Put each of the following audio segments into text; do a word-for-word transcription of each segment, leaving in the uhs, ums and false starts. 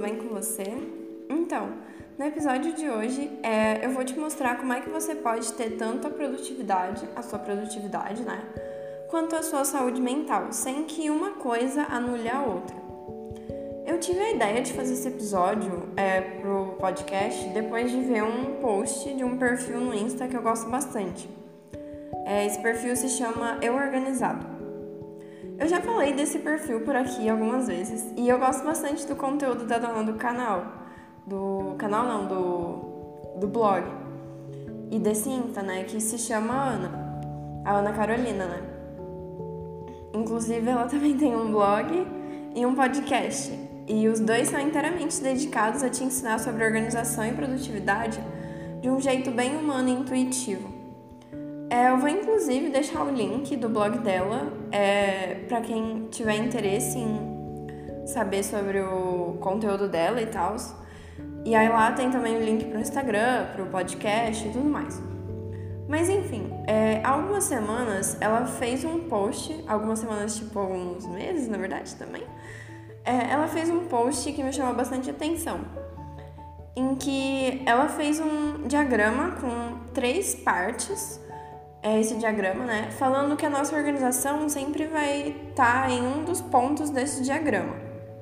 bem com você? Então, no episódio de hoje, é, eu vou te mostrar como é que você pode ter tanto a produtividade, a sua produtividade, né? Quanto a sua saúde mental, sem que uma coisa anule a outra. Eu tive a ideia de fazer esse episódio é, pro podcast depois de ver um post de um perfil no Insta que eu gosto bastante. É, esse perfil se chama Eu Organizado. Eu já falei desse perfil por aqui algumas vezes e eu gosto bastante do conteúdo da dona do canal. Do canal não, do, do blog. E desse Insta, né, que se chama Ana. A Ana Carolina, né? Inclusive, ela também tem um blog e um podcast. E os dois são inteiramente dedicados a te ensinar sobre organização e produtividade de um jeito bem humano e intuitivo. É, eu vou, inclusive, deixar o link do blog dela é, para quem tiver interesse em saber sobre o conteúdo dela e tal. E aí lá tem também o link para o Instagram, para o podcast e tudo mais. Mas, enfim, é, há algumas semanas ela fez um post, algumas semanas, tipo, alguns meses, na verdade, também. É, ela fez um post que me chamou bastante atenção, em que ela fez um diagrama com três partes, é esse diagrama, né? Falando que a nossa organização sempre vai estar em um dos pontos desse diagrama.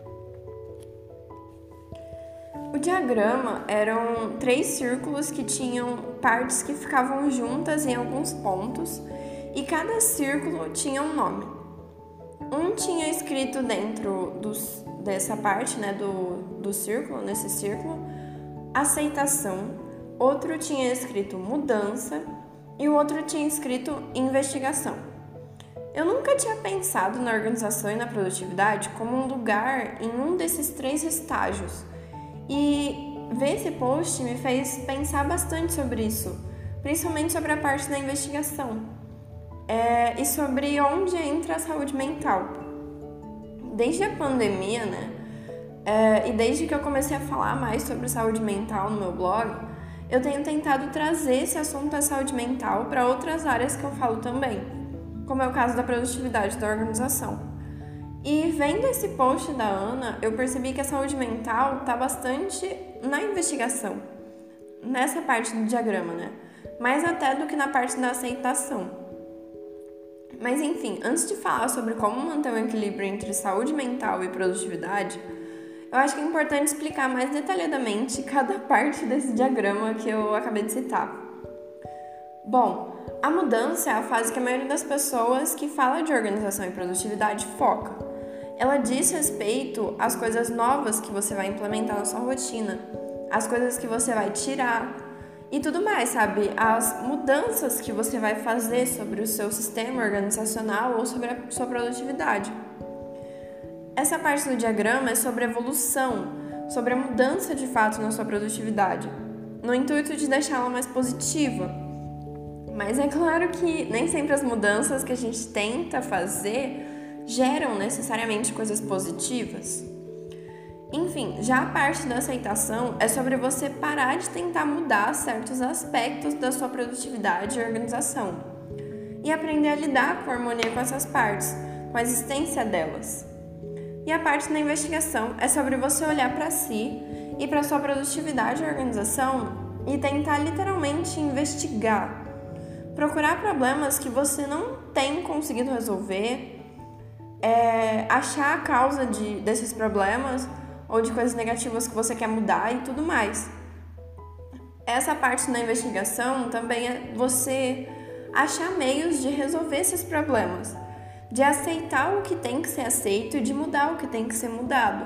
O diagrama eram três círculos que tinham partes que ficavam juntas em alguns pontos e cada círculo tinha um nome. Um tinha escrito dentro dos, dessa parte, né, do, do círculo, nesse círculo, aceitação, outro tinha escrito mudança e o outro tinha escrito investigação. Eu nunca tinha pensado na organização e na produtividade como um lugar em um desses três estágios. E ver esse post me fez pensar bastante sobre isso, principalmente sobre a parte da investigação é, e sobre onde entra a saúde mental. Desde a pandemia, né, é, e desde que eu comecei a falar mais sobre saúde mental no meu blog, eu tenho tentado trazer esse assunto da saúde mental para outras áreas que eu falo também, como é o caso da produtividade da organização. E vendo esse post da Ana, eu percebi que a saúde mental está bastante na investigação, nessa parte do diagrama, né? Mais até do que na parte da aceitação. Mas enfim, antes de falar sobre como manter um equilíbrio entre saúde mental e produtividade, eu acho que é importante explicar mais detalhadamente cada parte desse diagrama que eu acabei de citar. Bom, a mudança é a fase que a maioria das pessoas que fala de organização e produtividade foca. Ela diz respeito às coisas novas que você vai implementar na sua rotina, as coisas que você vai tirar e tudo mais, sabe? As mudanças que você vai fazer sobre o seu sistema organizacional ou sobre a sua produtividade. Essa parte do diagrama é sobre evolução, sobre a mudança de fato na sua produtividade, no intuito de deixá-la mais positiva. Mas é claro que nem sempre as mudanças que a gente tenta fazer geram necessariamente coisas positivas. Enfim, já a parte da aceitação é sobre você parar de tentar mudar certos aspectos da sua produtividade e organização e aprender a lidar com a harmonia com essas partes, com a existência delas. E a parte da investigação é sobre você olhar para si e para sua produtividade e organização e tentar literalmente investigar, procurar problemas que você não tem conseguido resolver, é, achar a causa de, desses problemas ou de coisas negativas que você quer mudar e tudo mais. Essa parte da investigação também é você achar meios de resolver esses problemas, de aceitar o que tem que ser aceito e de mudar o que tem que ser mudado.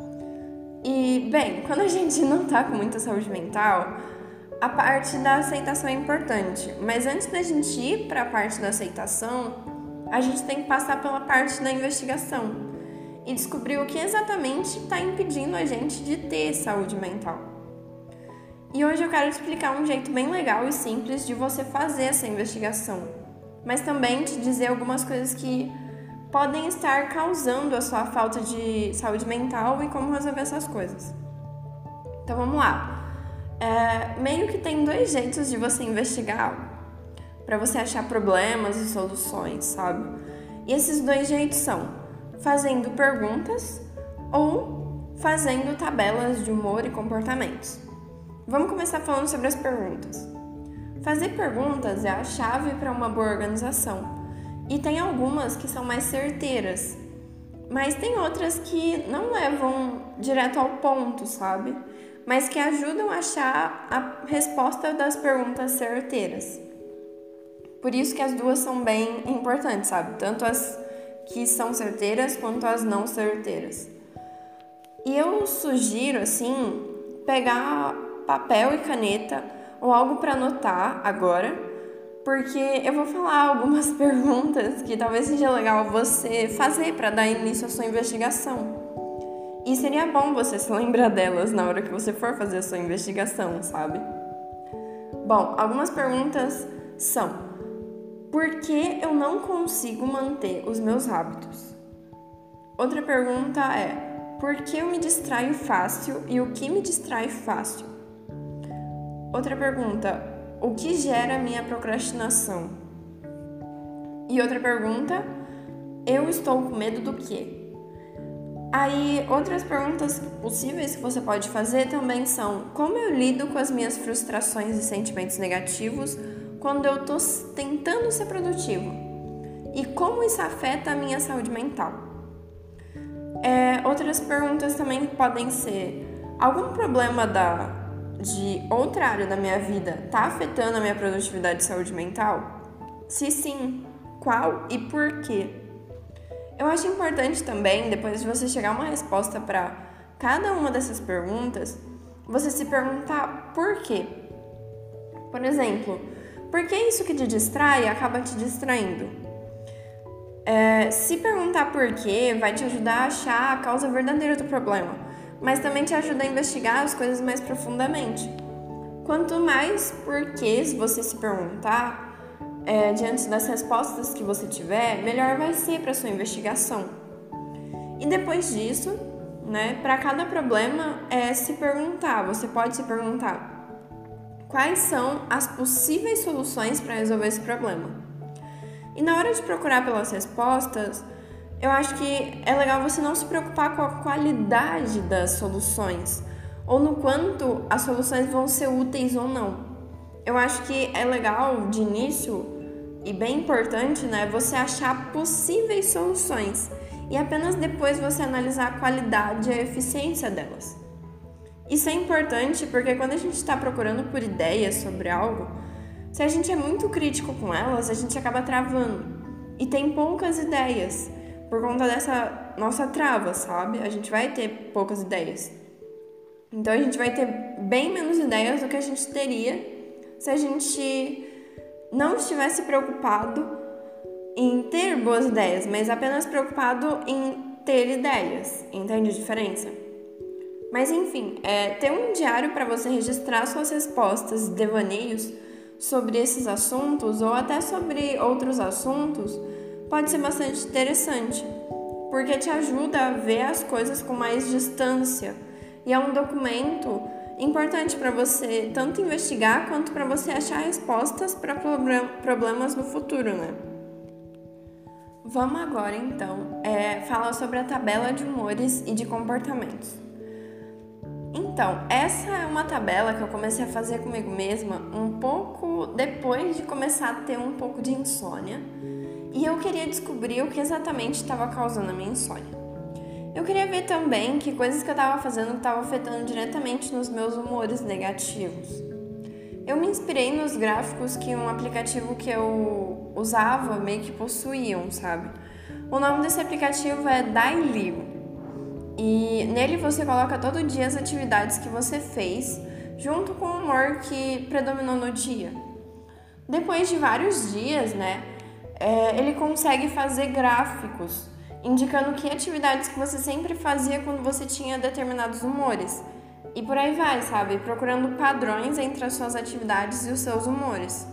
E, bem, quando a gente não tá com muita saúde mental, a parte da aceitação é importante, mas antes da gente ir para a parte da aceitação, a gente tem que passar pela parte da investigação e descobrir o que exatamente está impedindo a gente de ter saúde mental. E hoje eu quero te explicar um jeito bem legal e simples de você fazer essa investigação, mas também te dizer algumas coisas que podem estar causando a sua falta de saúde mental e como resolver essas coisas. Então vamos lá. É, meio que tem dois jeitos de você investigar para você achar problemas e soluções, sabe? E esses dois jeitos são fazendo perguntas ou fazendo tabelas de humor e comportamentos. Vamos começar falando sobre as perguntas. Fazer perguntas é a chave para uma boa organização, e tem algumas que são mais certeiras, mas tem outras que não levam direto ao ponto, sabe? Mas que ajudam a achar a resposta das perguntas certeiras. Por isso que as duas são bem importantes, sabe? Tanto as que são certeiras quanto as não certeiras. E eu sugiro, assim, pegar papel e caneta ou algo para anotar agora, porque eu vou falar algumas perguntas que talvez seja legal você fazer para dar início à sua investigação. E seria bom você se lembrar delas na hora que você for fazer a sua investigação, sabe? Bom, algumas perguntas são: por que eu não consigo manter os meus hábitos? Outra pergunta é: por que eu me distraio fácil e o que me distrai fácil? Outra pergunta: o que gera minha procrastinação? E outra pergunta: eu estou com medo do quê? Aí, outras perguntas possíveis que você pode fazer também são: como eu lido com as minhas frustrações e sentimentos negativos quando eu estou tentando ser produtivo? E como isso afeta a minha saúde mental? É, outras perguntas também podem ser: algum problema da, de outra área da minha vida está afetando a minha produtividade e saúde mental? Se sim, qual e por quê? Eu acho importante também, depois de você chegar a uma resposta para cada uma dessas perguntas, você se perguntar por quê. Por exemplo, por que isso que te distrai acaba te distraindo? É, se perguntar por quê vai te ajudar a achar a causa verdadeira do problema, mas também te ajuda a investigar as coisas mais profundamente. Quanto mais porquês você se perguntar, É, diante das respostas que você tiver, melhor vai ser para sua investigação. E depois disso, né, para cada problema, é se perguntar, você pode se perguntar: quais são as possíveis soluções para resolver esse problema? E na hora de procurar pelas respostas, eu acho que é legal você não se preocupar com a qualidade das soluções, ou no quanto as soluções vão ser úteis ou não. Eu acho que é legal, de início, e bem importante, né, você achar possíveis soluções e apenas depois você analisar a qualidade e a eficiência delas. Isso é importante porque quando a gente está procurando por ideias sobre algo, se a gente é muito crítico com elas, a gente acaba travando. E tem poucas ideias por conta dessa nossa trava, sabe? A gente vai ter poucas ideias. Então a gente vai ter bem menos ideias do que a gente teria se a gente não estivesse preocupado em ter boas ideias, mas apenas preocupado em ter ideias. Entende a diferença? Mas enfim, é, ter um diário para você registrar suas respostas e devaneios sobre esses assuntos ou até sobre outros assuntos pode ser bastante interessante, porque te ajuda a ver as coisas com mais distância e é um documento importante para você tanto investigar quanto para você achar respostas para problemas no futuro, né? Vamos agora, então, é, falar sobre a tabela de humores e de comportamentos. Então, essa é uma tabela que eu comecei a fazer comigo mesma um pouco depois de começar a ter um pouco de insônia, e eu queria descobrir o que exatamente estava causando a minha insônia. Eu queria ver também que coisas que eu estava fazendo estavam afetando diretamente nos meus humores negativos. Eu me inspirei nos gráficos que um aplicativo que eu usava meio que possuíam, sabe? O nome desse aplicativo é Dailyo. E nele você coloca todo dia as atividades que você fez, junto com o humor que predominou no dia. Depois de vários dias, né, é, ele consegue fazer gráficos indicando que atividades que você sempre fazia quando você tinha determinados humores. E por aí vai, sabe? Procurando padrões entre as suas atividades e os seus humores.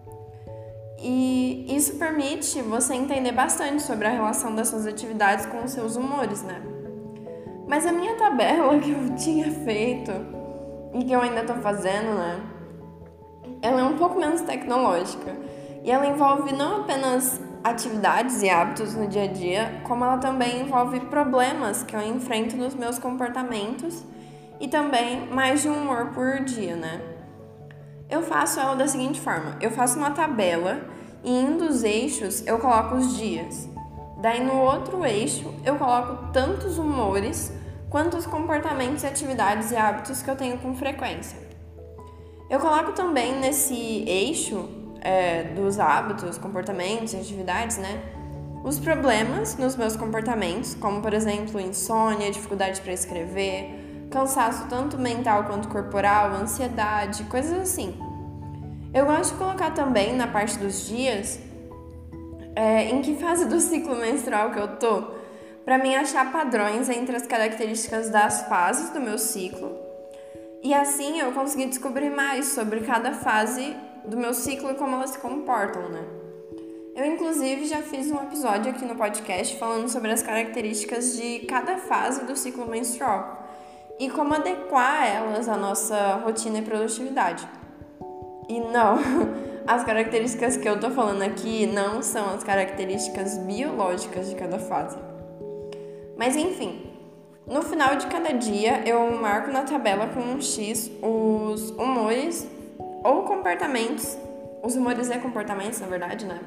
E isso permite você entender bastante sobre a relação das suas atividades com os seus humores, né? Mas a minha tabela que eu tinha feito e que eu ainda tô fazendo, né? Ela é um pouco menos tecnológica. E ela envolve não apenas atividades e hábitos no dia a dia, como ela também envolve problemas que eu enfrento nos meus comportamentos e também mais de um humor por dia, né? Eu faço ela da seguinte forma: eu faço uma tabela e em um dos eixos eu coloco os dias. Daí no outro eixo eu coloco tantos humores quanto os comportamentos, atividades e hábitos que eu tenho com frequência. Eu coloco também nesse eixo é, dos hábitos, comportamentos e atividades, né, os problemas nos meus comportamentos, como por exemplo insônia, dificuldade para escrever, cansaço tanto mental quanto corporal, ansiedade, coisas assim. Eu gosto de colocar também na parte dos dias é, em que fase do ciclo menstrual que eu tô, para mim achar padrões entre as características das fases do meu ciclo e assim eu consegui descobrir mais sobre cada fase do meu ciclo e como elas se comportam, né? Eu inclusive já fiz um episódio aqui no podcast falando sobre as características de cada fase do ciclo menstrual e como adequar elas à nossa rotina e produtividade. E não, as características que eu tô falando aqui não são as características biológicas de cada fase. Mas enfim, no final de cada dia eu marco na tabela com um X os humores ou comportamentos, os humores e comportamentos, na verdade, né?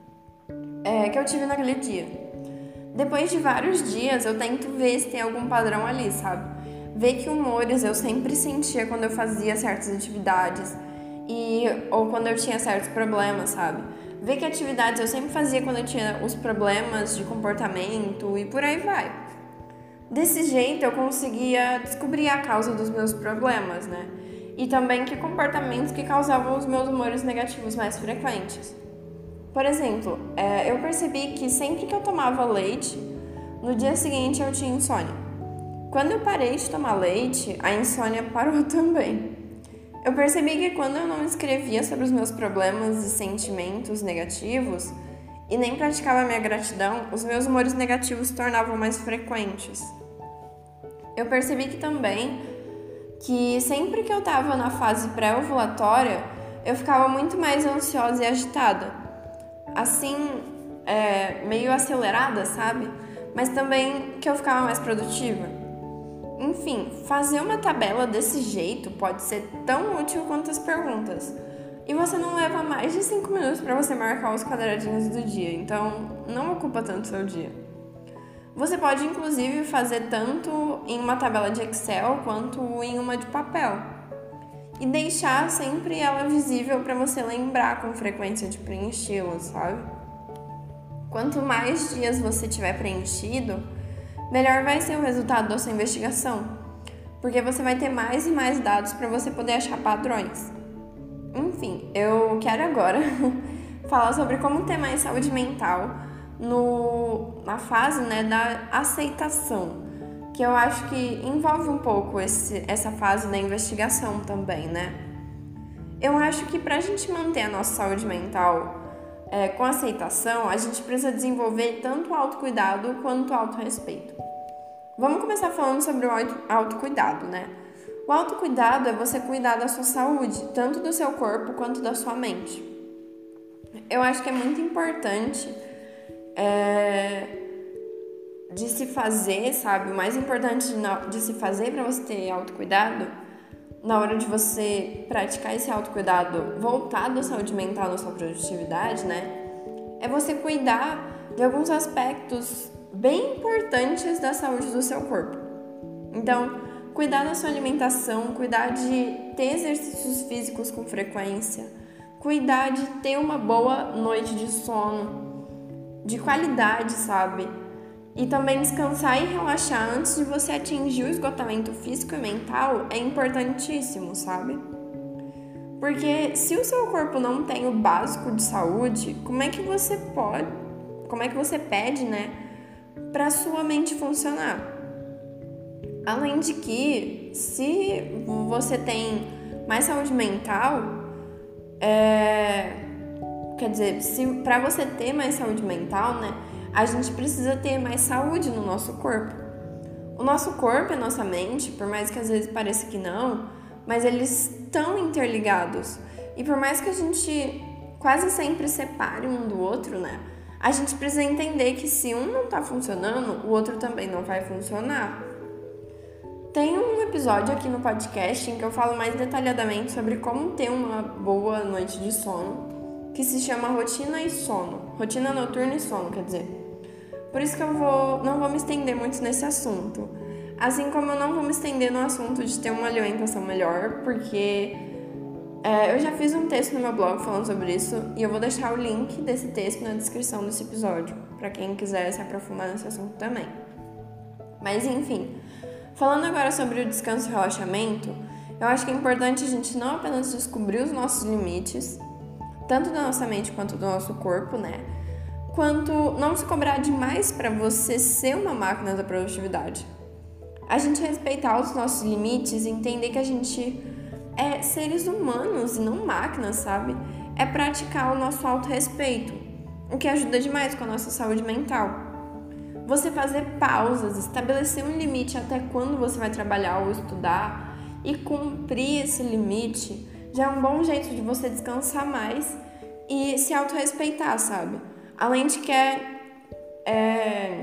É, que eu tive naquele dia. Depois de vários dias eu tento ver se tem algum padrão ali, sabe? Ver que humores eu sempre sentia quando eu fazia certas atividades e, ou quando eu tinha certos problemas, sabe? Ver que atividades eu sempre fazia quando eu tinha os problemas de comportamento e por aí vai. Desse jeito eu conseguia descobrir a causa dos meus problemas, né? E também que comportamentos que causavam os meus humores negativos mais frequentes. Por exemplo, é, eu percebi que sempre que eu tomava leite, no dia seguinte eu tinha insônia. Quando eu parei de tomar leite, a insônia parou também. Eu percebi que quando eu não escrevia sobre os meus problemas e sentimentos negativos e nem praticava a minha gratidão, os meus humores negativos se tornavam mais frequentes. Eu percebi que também que sempre que eu estava na fase pré-ovulatória, eu ficava muito mais ansiosa e agitada. Assim, é, meio acelerada, sabe? Mas também que eu ficava mais produtiva. Enfim, fazer uma tabela desse jeito pode ser tão útil quanto as perguntas. E você não leva mais de cinco minutos para você marcar os quadradinhos do dia, então não ocupa tanto o seu dia. Você pode inclusive fazer tanto em uma tabela de Excel quanto em uma de papel. E deixar sempre ela visível para você lembrar com frequência de preenchê-la, sabe? Quanto mais dias você tiver preenchido, melhor vai ser o resultado da sua investigação, porque você vai ter mais e mais dados para você poder achar padrões. Enfim, eu quero agora falar sobre como ter mais saúde mental no, na fase, né, da aceitação, que eu acho que envolve um pouco esse, essa fase da investigação também, né? Eu acho que pra gente manter a nossa saúde mental é, com aceitação, a gente precisa desenvolver tanto o autocuidado quanto o autorrespeito. Vamos começar falando sobre o autocuidado, né? O autocuidado é você cuidar da sua saúde, tanto do seu corpo quanto da sua mente. Eu acho que é muito importante é, de se fazer, sabe? O mais importante de, de se fazer para você ter autocuidado, na hora de você praticar esse autocuidado voltado à saúde mental, na sua produtividade, né? É você cuidar de alguns aspectos bem importantes da saúde do seu corpo. Então, cuidar da sua alimentação, cuidar de ter exercícios físicos com frequência, cuidar de ter uma boa noite de sono, de qualidade, sabe? E também descansar e relaxar antes de você atingir o esgotamento físico e mental é importantíssimo, sabe? Porque se o seu corpo não tem o básico de saúde, como é que você pode, como é que você pede, né, para sua mente funcionar? Além de que, se você tem mais saúde mental, é, quer dizer, se para você ter mais saúde mental, né, a gente precisa ter mais saúde no nosso corpo. O nosso corpo e a nossa mente, por mais que às vezes pareça que não, mas eles estão interligados. E por mais que a gente quase sempre separe um do outro, né, a gente precisa entender que se um não tá funcionando, o outro também não vai funcionar. Tem um episódio aqui no podcast em que eu falo mais detalhadamente sobre como ter uma boa noite de sono, que se chama rotina e sono, rotina noturna e sono, quer dizer. Por isso que eu vou, não vou me estender muito nesse assunto. Assim como eu não vou me estender no assunto de ter uma alimentação melhor, porque é, eu já fiz um texto no meu blog falando sobre isso e eu vou deixar o link desse texto na descrição desse episódio, para quem quiser se aprofundar nesse assunto também. Mas enfim, falando agora sobre o descanso e relaxamento, eu acho que é importante a gente não apenas descobrir os nossos limites, tanto da nossa mente quanto do nosso corpo, né? Quanto não se cobrar demais para você ser uma máquina da produtividade. A gente respeitar os nossos limites e entender que a gente é seres humanos e não máquinas, sabe? É praticar o nosso autorrespeito, o que ajuda demais com a nossa saúde mental. Você fazer pausas, estabelecer um limite até quando você vai trabalhar ou estudar e cumprir esse limite já é um bom jeito de você descansar mais e se autorrespeitar, sabe? Além de que é, é,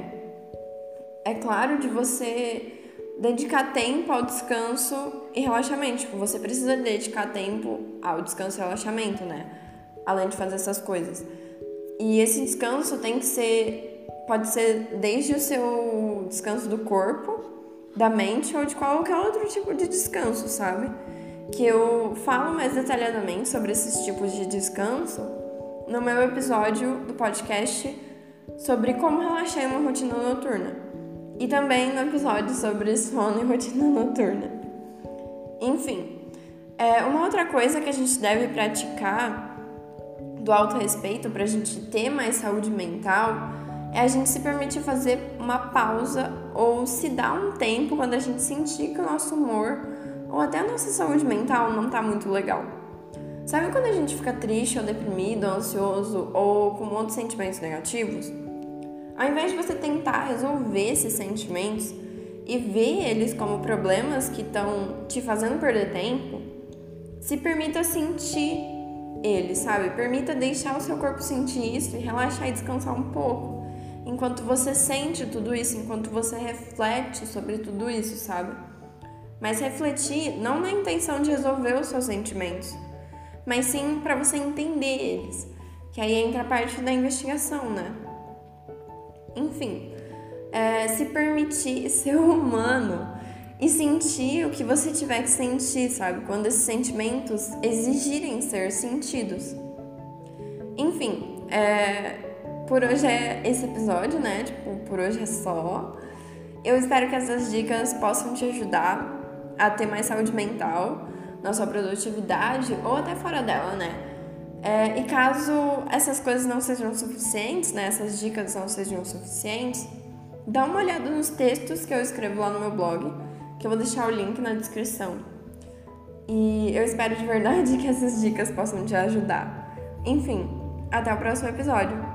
é claro de você dedicar tempo ao descanso e relaxamento. Tipo, você precisa dedicar tempo ao descanso e relaxamento, né? Além de fazer essas coisas. E esse descanso tem que ser, pode ser desde o seu descanso do corpo, da mente ou de qualquer outro tipo de descanso, sabe? Que eu falo mais detalhadamente sobre esses tipos de descanso no meu episódio do podcast sobre como relaxar em uma rotina noturna. E também no episódio sobre sono e rotina noturna. Enfim, é, uma outra coisa que a gente deve praticar do autorrespeito para a gente ter mais saúde mental é a gente se permitir fazer uma pausa ou se dar um tempo quando a gente sentir que o nosso humor ou até a nossa saúde mental não tá muito legal. Sabe quando a gente fica triste ou deprimido, ou ansioso ou com outros sentimentos negativos? Ao invés de você tentar resolver esses sentimentos e ver eles como problemas que estão te fazendo perder tempo, se permita sentir eles, sabe? Permita deixar o seu corpo sentir isso e relaxar e descansar um pouco, enquanto você sente tudo isso, enquanto você reflete sobre tudo isso, sabe? Mas refletir não na intenção de resolver os seus sentimentos, mas sim para você entender eles, que aí entra a parte da investigação, né? Enfim, é, se permitir ser humano e sentir o que você tiver que sentir, sabe? Quando esses sentimentos exigirem ser sentidos. Enfim, é, por hoje é esse episódio, né? Tipo, por hoje é só. Eu espero que essas dicas possam te ajudar a ter mais saúde mental na sua produtividade ou até fora dela, né? É, e caso essas coisas não sejam suficientes, né? Essas dicas não sejam suficientes, dá uma olhada nos textos que eu escrevo lá no meu blog, que eu vou deixar o link na descrição. E eu espero de verdade que essas dicas possam te ajudar. Enfim, até o próximo episódio.